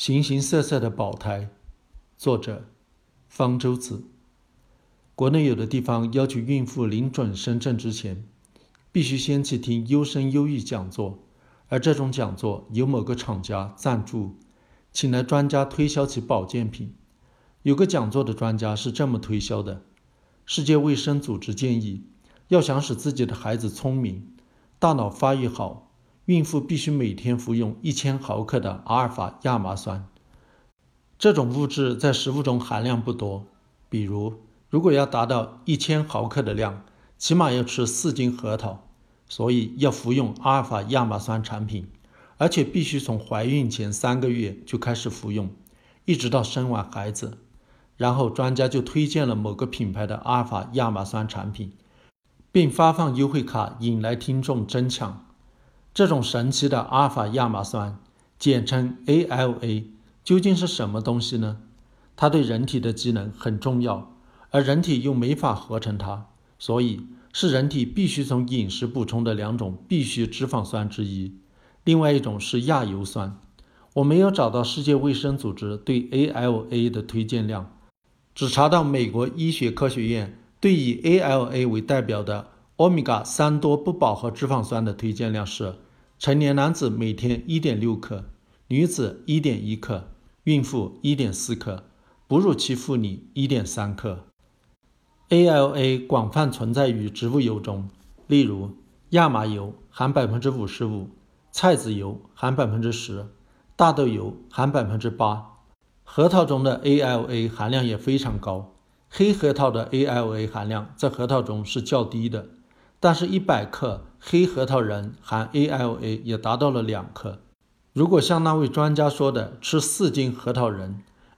形形色色的保胎，作者方舟子。国内有的地方要求孕妇领准生证之前，必须先去听优生优育讲座，而这种讲座由某个厂家赞助，请来专家推销其保健品。有个讲座的专家是这么推销的：世界卫生组织建议，要想使自己的孩子聪明，大脑发育好，孕妇必须每天服用1000毫克的阿尔法亚麻酸。这种物质在食物中含量不多，比如如果要达到1000毫克的量，起码要吃4斤核桃，所以要服用阿尔法亚麻酸产品，而且必须从怀孕前3个月就开始服用，一直到生完孩子。然后专家就推荐了某个品牌的阿尔法亚麻酸产品，并发放优惠卡引来听众争抢。这种神奇的阿尔法亚麻酸，简称 ALA， 究竟是什么东西呢？它对人体的机能很重要，而人体又没法合成它，所以是人体必须从饮食补充的2种必需脂肪酸之一。另外一种是亚油酸。我没有找到世界卫生组织对 ALA 的推荐量，只查到美国医学科学院对以 ALA 为代表的欧米伽3多不饱和脂肪酸的推荐量是：成年男子每天 1.6 克，女子 1.1 克，孕妇 1.4 克，哺乳期妇女 1.3 克。ALA 广泛存在于植物油中，例如亚麻油含 55%， 菜籽油含 10%， 大豆油含 8%。核桃中的 ALA 含量也非常高，黑核桃的 ALA 含量在核桃中是较低的，但是100克黑核桃仁含 ALA 也达到了2克。如果像那位专家说的吃4斤核桃仁，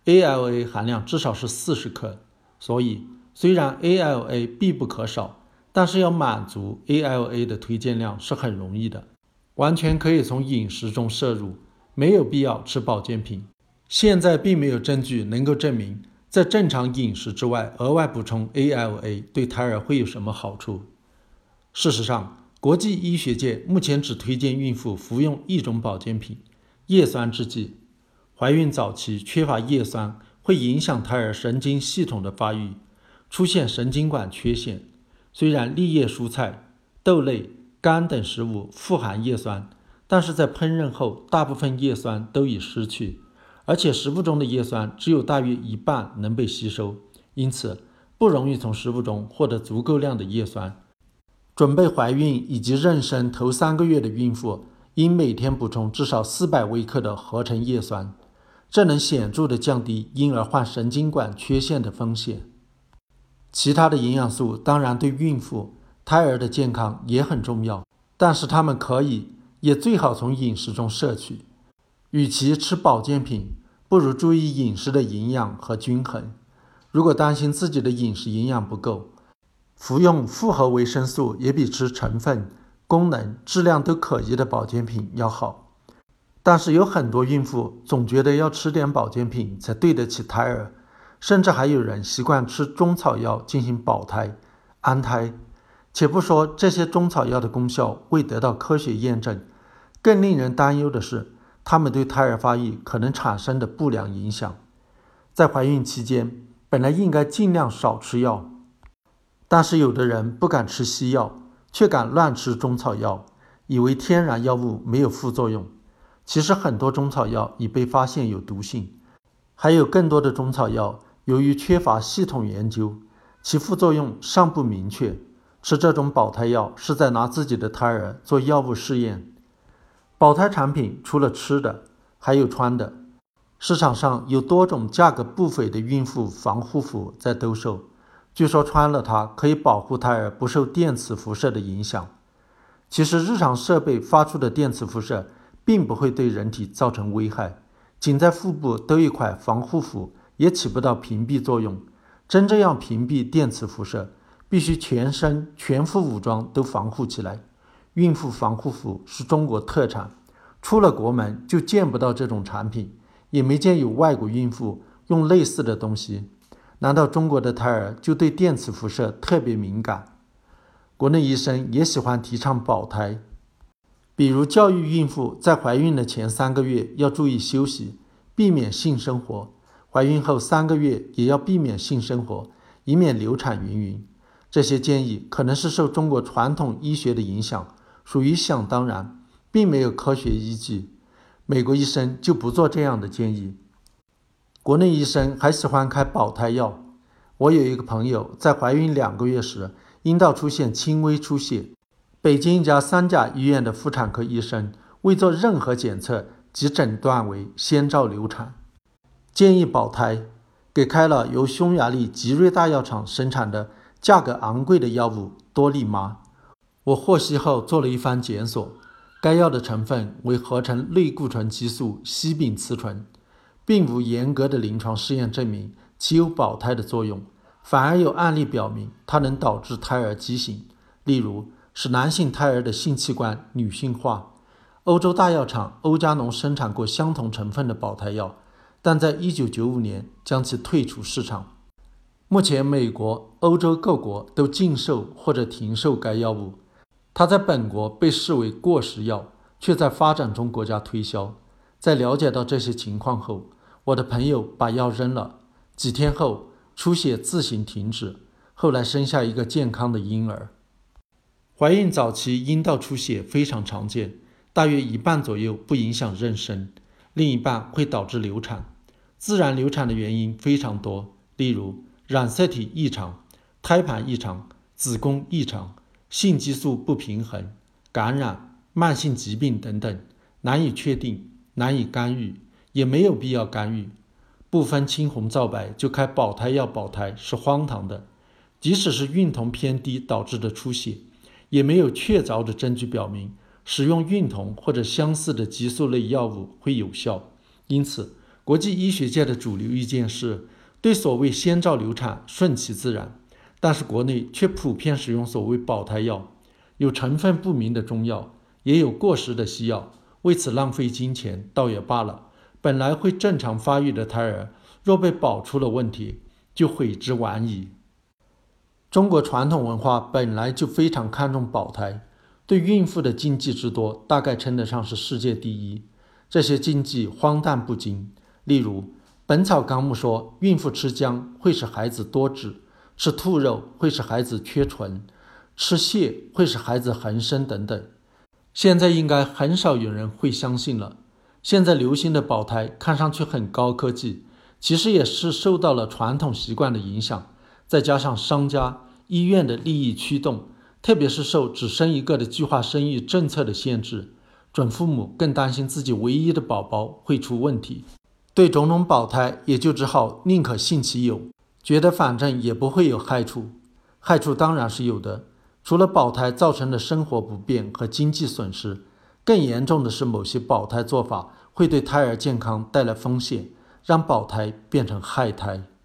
ALA 含量至少是40克。所以虽然 ALA 必不可少，但是要满足 ALA 的推荐量是很容易的，完全可以从饮食中摄入，没有必要吃保健品。现在并没有证据能够证明在正常饮食之外额外补充 ALA 对胎儿会有什么好处。事实上，国际医学界目前只推荐孕妇服用一种保健品——叶酸制剂。怀孕早期缺乏叶酸会影响胎儿神经系统的发育，出现神经管缺陷。虽然绿叶蔬菜、豆类、肝等食物富含叶酸，但是在烹饪后大部分叶酸都已失去，而且食物中的叶酸只有大约一半能被吸收，因此不容易从食物中获得足够量的叶酸。准备怀孕以及妊娠头3个月的孕妇应每天补充至少400微克的合成叶酸，这能显著地降低婴儿患神经管缺陷的风险。其他的营养素当然对孕妇、胎儿的健康也很重要，但是它们可以，也最好从饮食中摄取。与其吃保健品，不如注意饮食的营养和均衡。如果担心自己的饮食营养不够，服用复合维生素也比吃成分、功能、质量都可疑的保健品要好。但是有很多孕妇总觉得要吃点保健品才对得起胎儿，甚至还有人习惯吃中草药进行保胎、安胎。且不说这些中草药的功效未得到科学验证，更令人担忧的是它们对胎儿发育可能产生的不良影响。在怀孕期间，本来应该尽量少吃药，但是有的人不敢吃西药，却敢乱吃中草药，以为天然药物没有副作用。其实很多中草药已被发现有毒性，还有更多的中草药由于缺乏系统研究，其副作用尚不明确。吃这种保胎药是在拿自己的胎儿做药物试验。保胎产品除了吃的，还有穿的。市场上有多种价格不菲的孕妇防护服在兜售，据说穿了它可以保护胎儿不受电磁辐射的影响。其实日常设备发出的电磁辐射并不会对人体造成危害，仅在腹部兜一块防护服也起不到屏蔽作用。真正要屏蔽电磁辐射，必须全身全副武装都防护起来。孕妇防护服是中国特产，出了国门就见不到这种产品，也没见有外国孕妇用类似的东西。难道中国的胎儿就对电磁辐射特别敏感？国内医生也喜欢提倡保胎，比如教育孕妇在怀孕的前3个月要注意休息， 避免性生活，怀孕后3个月也要避免性生活，以免流产云云。这些建议可能是受中国传统医学的影响，属于想当然，并没有科学依据。美国医生就不做这样的建议。国内医生还喜欢开保胎药。我有一个朋友在怀孕2个月时，阴道出现轻微出血，北京一家3甲医院的妇产科医生未做任何检测即诊断为先兆流产，建议保胎，给开了由匈牙利吉瑞大药厂生产的价格昂贵的药物多利妈。我获悉后做了一番检索，该药的成分为合成类固醇激素烯丙雌醇，并无严格的临床试验证明其有保胎的作用，反而有案例表明它能导致胎儿畸形，例如使男性胎儿的性器官女性化。欧洲大药厂欧加农生产过相同成分的保胎药，但在1995年将其退出市场。目前美国、欧洲各国都禁售或者停售该药物，它在本国被视为过时药，却在发展中国家推销。在了解到这些情况后，我的朋友把药扔了，几天后出血自行停止，后来生下一个健康的婴儿。怀孕早期阴道出血非常常见，大约1半左右不影响妊娠，另一半会导致流产。自然流产的原因非常多，例如染色体异常、胎盘异常、子宫异常、性激素不平衡、感染、慢性疾病等等，难以确定，难以干预，也没有必要干预。不分青红皂白就开保胎药保胎是荒唐的。即使是孕酮偏低导致的出血，也没有确凿的证据表明使用孕酮或者相似的激素类药物会有效。因此，国际医学界的主流意见是对所谓先兆流产顺其自然，但是国内却普遍使用所谓保胎药，有成分不明的中药，也有过时的西药，为此浪费金钱倒也罢了。本来会正常发育的胎儿，若被保出了问题，就悔之晚矣。中国传统文化本来就非常看重保胎，对孕妇的禁忌之多，大概称得上是世界第一。这些禁忌荒诞不经，例如《本草纲目》说，孕妇吃姜会使孩子多指，吃兔肉会使孩子缺唇，吃蟹会使孩子横生等等。现在应该很少有人会相信了。现在流行的保胎看上去很高科技，其实也是受到了传统习惯的影响，再加上商家、医院的利益驱动，特别是受只生一个的计划生育政策的限制，准父母更担心自己唯一的宝宝会出问题，对种种保胎也就只好宁可信其有，觉得反正也不会有害处。害处当然是有的，除了保胎造成的生活不便和经济损失，更严重的是某些保胎做法会对胎儿健康带来风险，让保胎变成害胎。